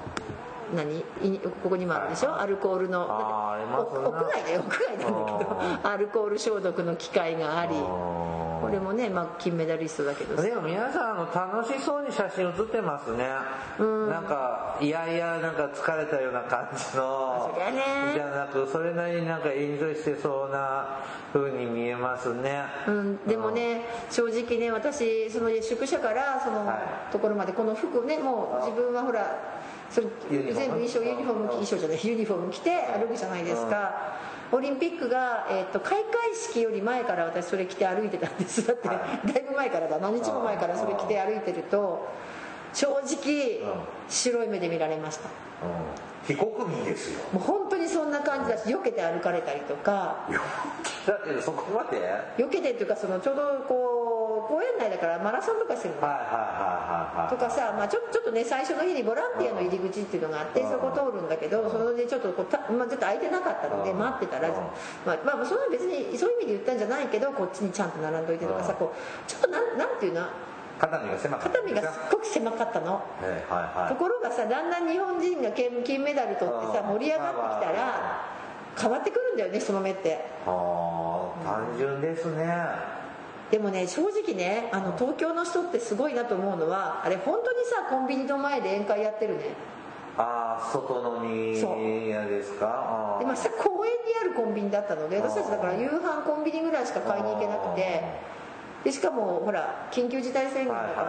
ここにもあるでしょ、アルコールの屋外なんだけどアルコール消毒の機械があり、これもね、金メダリストだけど、 でも皆さん楽しそうに写真写ってますね。なんかいやなんか疲れたような感じのじゃなく、それなりになんかエンジョイしてそうな風に見えますね。 でもね、正直ね、私その宿舎からそのところまでこの服ね、もう自分はほらそれ全部ユニフォーム着て歩くじゃないですか。オリンピックが、開会式より前から私それ着て歩いてたんです。だってだいぶ前からだ、何日も前からそれ着て歩いてると正直白い目で見られました。 非国民ですよ。 もう本当にそんな感じだし、避けて歩かれたりとか。 だけどそこまで避けてっていうか、そのちょうどこう公園内だからマラソンとかしてるのとかさ、ちょっとね、最初の日にボランティアの入り口っていうのがあって、そこ通るんだけど、それでちょっとこうちょっと空いてなかったので待ってたら、それは別にそういう意味で言ったんじゃないけど、こっちにちゃんと並んどいてとかさ、こうちょっとなんていうの、 肩身が狭かった、 肩身がすっごく狭かったの、ところがさ、だんだん日本人が金メダル取ってさ盛り上がってきたら変わってくるんだよね、人の目って。 単純ですね。 でもね、正直ね、東京の人ってすごいなと思うのは、あれ本当にさ、コンビニの前で宴会やってるね。 外飲み屋ですか。 でさ、公園にあるコンビニだったので、私たちだから夕飯コンビニぐらいしか買いに行けなくて、でしかもほら緊急事態宣言だから、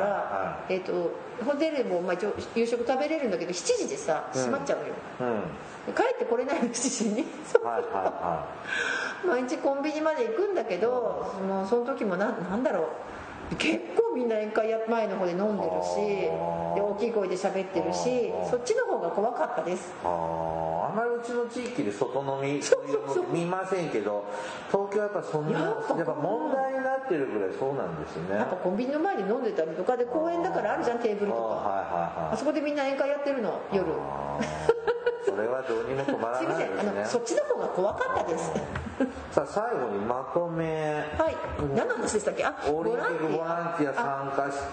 ホテルも一応夕食食べれるんだけど7時でさ閉まっちゃうのよ、帰ってこれないの7時に毎日コンビニまで行くんだけど、その時もなんだろう、結構みんな宴会前の方で飲んでるし、で大きい声で喋ってるし、そっちの方が怖かったです。 あまりうちの地域で外飲み見ませんけど、東京はやっぱそんなやっぱ問題になってるぐらいそうなんですね。 やっぱコンビニの前で飲んでたりとかで、公園だからあるじゃん、テーブルとか、あそこでみんな宴会やってるの夜。 それはどうにも止まらないですね。 そっちの方が怖かったですさあ最後にまとめ。 何の話でしたっけ。 オリンピックボランティア参加して、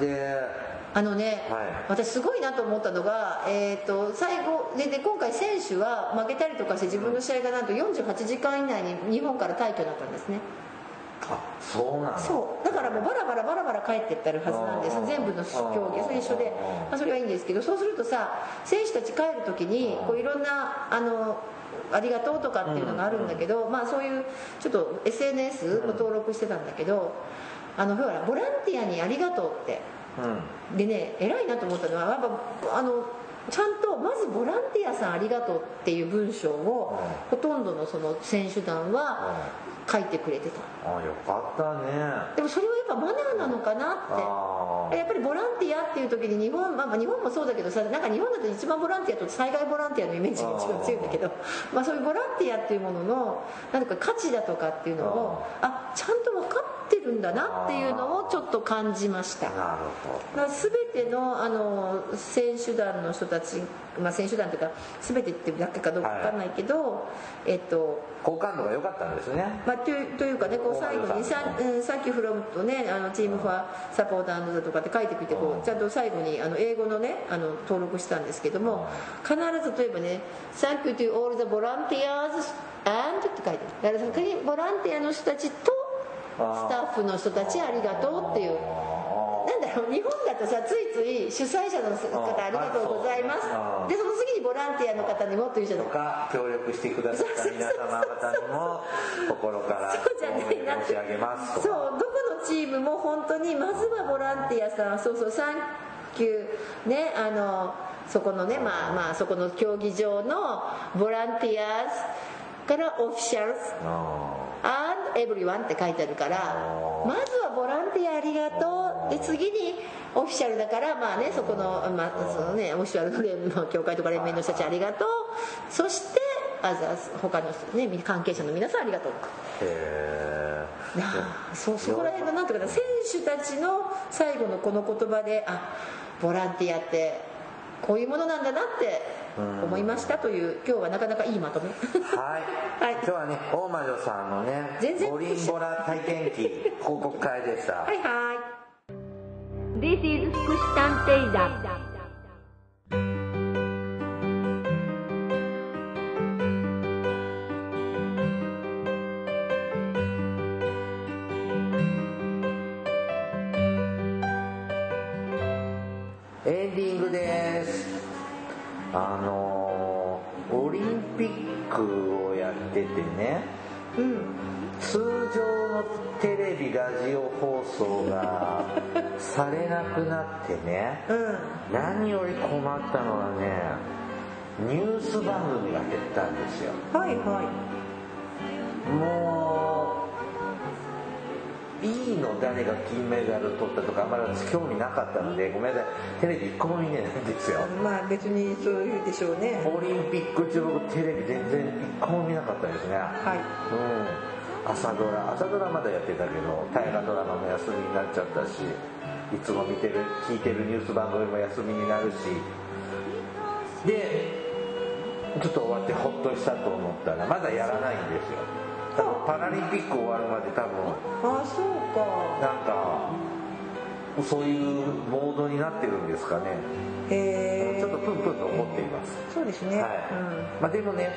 私すごいなと思ったのが、最後で今回選手は負けたりとかして自分の試合がなんと48時間以内に日本から退去だったんですね。 そうなんだ。 そうだからもうバラバラ帰ってってるはずなんです。全部の競技それ一緒で、それはいいんですけど、そうするとさ、選手たち帰る時にこういろんなありがとうとかっていうのがあるんだけど、そういうちょっと SNS を登録してたんだけど、ほらボランティアにありがとうって、でね、偉いなと思ったのは、やっぱちゃんとまずボランティアさんありがとうっていう文章をほとんどのその選手団は書いてくれてた。 よかったね。 でもそれはやっぱマナーなのかなって。やっぱりボランティアっていう時に日本もそうだけどさ、なんか日本だと一番ボランティアと災害ボランティアのイメージが一番強いんだけど、そういうボランティアっていうもののなんか価値だとかっていうのをちゃんと分かってるんだなっていうのをちょっと感じました。 なるほど。 全ての選手団の人たち、選手団というか全てってだけかどうか分かんないけど、 好感度が良かったんですね。 というかね、こう最後にさっきフロムとね、チームファーサポーターだとかって書いてくれて、こうちゃんと最後に英語のね登録したんですけども、必ず例えばね「Thank you to all the volunteers and」って書いてある。だからボランティアの人たちとスタッフの人たちありがとうっていう。なんだろう、日本だとさ、ついつい主催者の方ありがとうございますで、その次にボランティアの方にもというじゃない。 とか協力してくださった皆様方にも心からお礼申し上げます。 そう、どこのチームも本当にまずはボランティアさん、サンキューね、そこのね、そこの競技場のボランティアからオフィシャルズand everyone って書いてあるから、まずはボランティアありがとうで、次にオフィシャルだからまあね、そこの、そのね、オフィシャルの連盟協会とか連盟の人たちありがとう、そして他の、ね、関係者の皆さんありがとう。そこら辺のなんていうかな、選手たちの最後のこの言葉で、ボランティアってこういうものなんだなって思いましたという、今日はなかなかいいまとめ。 はい、はい、今日はね、大魔女さんのね、ボリンボラ体験記広告会でした。 はいはい。 This is 福祉探偵団。 エンディングです。オリンピックをやっててね、通常のテレビラジオ放送がされなくなってね、何より困ったのはね、ニュース番組が減ったんですよ。 はいはい。 もういいの、誰が金メダル取ったとかあんまり興味なかったので、ごめんなさい、テレビ一個も見ねえんですよ。 まあ別にそういうでしょうね。 オリンピック中僕テレビ全然一個も見なかったですね。 はい。 朝ドラまだやってたけど、大河ドラマも休みになっちゃったし、いつも聞いてるニュース番組も休みになるし、でちょっと終わってホッとしたと思ったらまだやらないんですよ。多分パラリンピック終わるまで多分そうか、 なんかそういうモードになってるんですかね。ちょっとプンプンと思っています。 そうですね。 はい。でもね、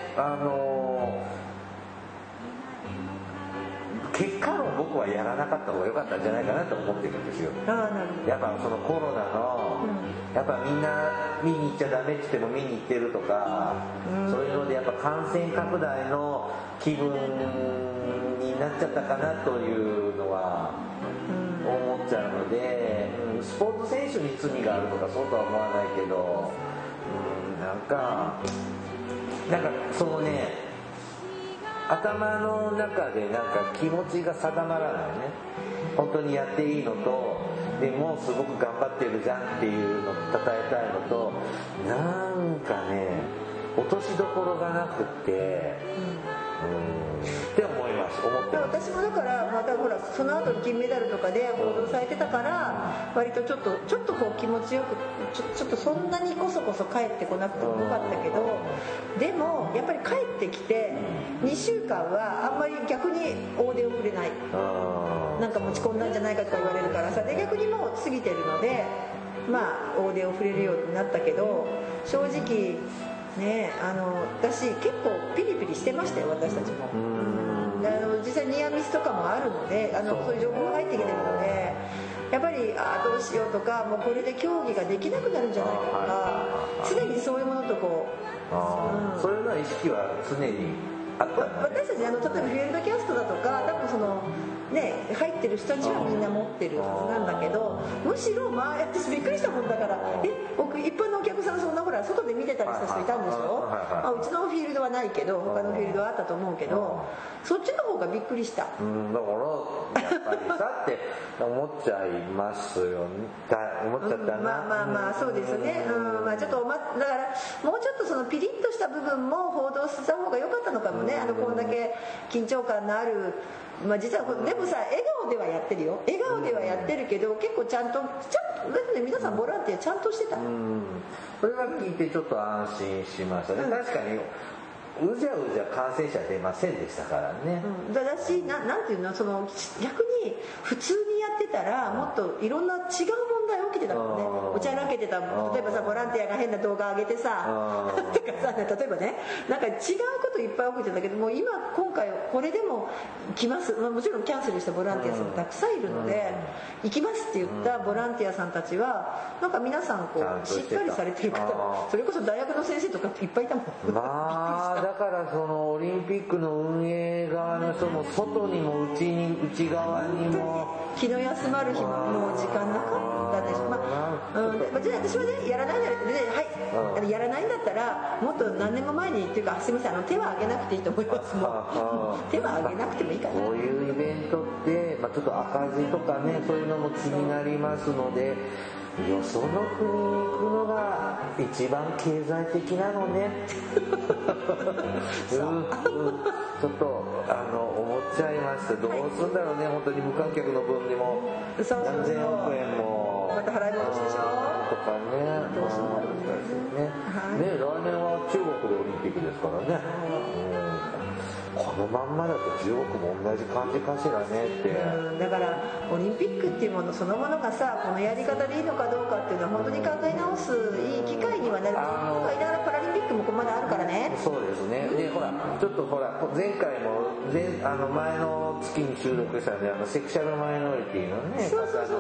結果論僕はやらなかった方が良かったんじゃないかなと思ってるんですよ。やっぱそのコロナの、やっぱみんな見に行っちゃダメって言っても見に行ってるとか、そういうのでやっぱ感染拡大の気分になっちゃったかなというのは思っちゃうので、スポーツ選手に罪があるとかそうとは思わないけど、なんかそのね、頭の中でなんか気持ちが定まらないね。本当にやっていいのと、でもすごく頑張ってるじゃんっていうのを称えたいのと、なんかね、落としどころがなくて、って思ってます。 私もだからまたほら、その後の金メダルとかで報道されてたから、割とちょっとこう気持ちよく、ちょっとそんなにこそこそ帰ってこなくてもよかったけど、でもやっぱり帰ってきて2週間はあんまり逆に大手を振れない、なんか持ち込んだんじゃないかとか言われるからさ、で逆にもう過ぎてるので、まあ大手を振れるようになったけど、正直ね、私結構ピリピリしてましたよ、私たちも。実際ニアミスとかもあるので、そういう情報が入ってきてるので、やっぱりどうしようとか、もうこれで競技ができなくなるんじゃないかとか、常にそういうものとこう、 そういうような意識は常にあったんだね。 私たち例えばフィールドキャストだとか、多分そのね、入ってる人たちはみんな持ってるはずなんだけど、むしろ私びっくりしたもんだから、僕一般のお客さん、そんなほら外で見てたりした人いたんでしょ。うちのフィールドはないけど他のフィールドはあったと思うけど、そっちの方がびっくりした。だからやっぱりさって思っちゃいますよね。思っちゃったな。 まあそうですね。ちょっとだからもうちょっとそのピリッとした部分も報道した方が良かったのかもね。こんだけ緊張感のある、実はでもさ、笑顔ではやってるよ。笑顔ではやってるけど、結構ちゃんと皆さんボランティアちゃんとしてた。 それは聞いてちょっと安心しましたね。確かにうじゃうじゃ感染者出ませんでしたからね。 だし、なんていうの、その逆に普通にやってたらもっといろんな違う問題起きてたもんね。おちゃらけてた。例えばさ、ボランティアが変な動画上げてさ、とかさ、例えばね、なんか違うこといっぱい起きてたけど、もう今回これでも来ます、もちろんキャンセルしたボランティアさんもたくさんいるので、行きますって言ったボランティアさんたちはなんか皆さんこうしっかりされてる方、それこそ大学の先生とかいっぱいいたもん。 だだからそのオリンピックの運営側の人も外にも内側にも気の休まる日ももう時間なかったです。じゃあ私はねやらないならはい、やらないんだったらもっと何年も前にっていうかすみません手は挙げなくていいと思います。もう手は挙げなくてもいいかな。 こういうイベントって、ちょっと赤字とかねそういうのも気になりますので、よその国に行くのが一番経済的なのねちょっと思っちゃいました。どうするんだろうね、本当に無観客の分にも何千億円もまた払い戻しでしょとかね、 どうするんだろうね。 来年は中国でオリンピックですからね、このまんまだと中国も同じ感じかしらねって、 だからオリンピックっていうものそのものがさこのやり方でいいのかどうかっていうのは本当に考え直すいい機会にはなる。とか言いながらパラリンピックもまだあるからね。 そうですね。でほらちょっと前回も前の月に収録したねセクシャルマイノリティのね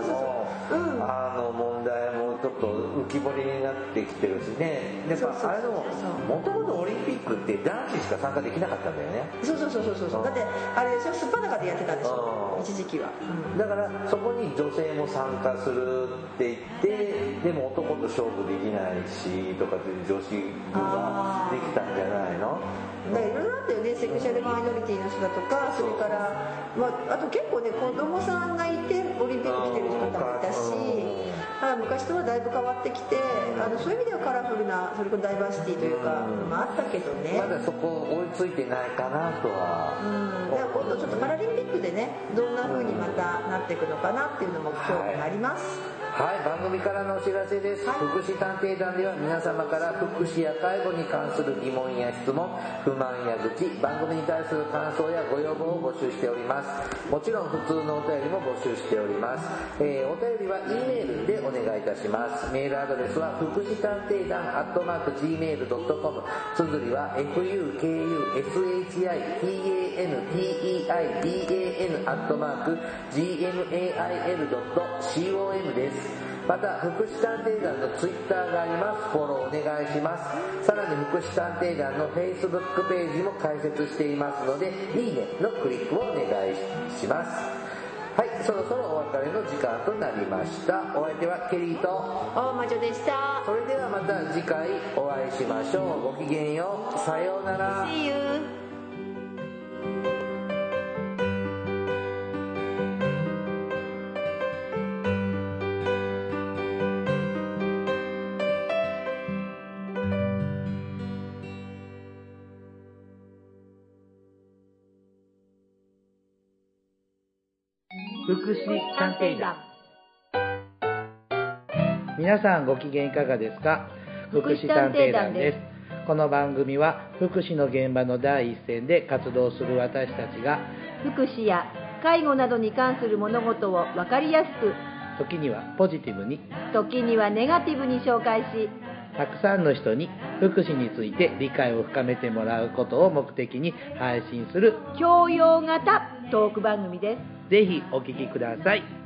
問題もちょっと浮き彫りになってきてるしね。やっぱあれもともとオリンピックって男子しか参加できなかったんだよね。 そうだってあれでしょすっぱだかでやってたでしょ一時期は、 だからそこに女性も参加するって言ってでも男と勝負できないしとかっていう女子ができたんじゃないの。 だからいろいろあったよね。セクシャルマイノリティの人だとかそれから、あと結構ね子供さんがいてオリンピック来てる方もいたし、昔とはだいぶ変わってきてそういう意味ではカラフルなそれこそダイバーシティというかあったけどね、 まだそこ追いついてないかなとは、 だから今度ちょっとパラリンピックでねどんな風にまたなっていくのかなっていうのも興味があります。 はい、番組からのお知らせです。福祉探偵団では皆様から福祉や介護に関する疑問や質問、不満や愚痴、番組に対する感想やご要望を募集しております。もちろん普通のお便りも募集しております。お便りは E メールでお願いいたします。メールアドレスは福祉探偵団@gmail.com、綴りは fukushitanteidan@gmail.com です。また福祉探偵団のツイッターがあります。フォローお願いします。さらに福祉探偵団の Facebook ページも開設していますのでいいねのクリックをお願いします。はい、そろそろお別れの時間となりました。お相手はケリーと大魔女でした。 それではまた次回お会いしましょう。ごきげんよう。さようなら。 See you。 福祉探偵団。皆さんご機嫌いかがですか。福祉探偵団です。この番組は福祉の現場の第一線で活動する私たちが福祉や介護などに関する物事を分かりやすく、 時にはポジティブに、 時にはネガティブに紹介し、 たくさんの人に福祉について理解を深めてもらうことを目的に配信する教養型トーク番組です。 ぜひお聞きください。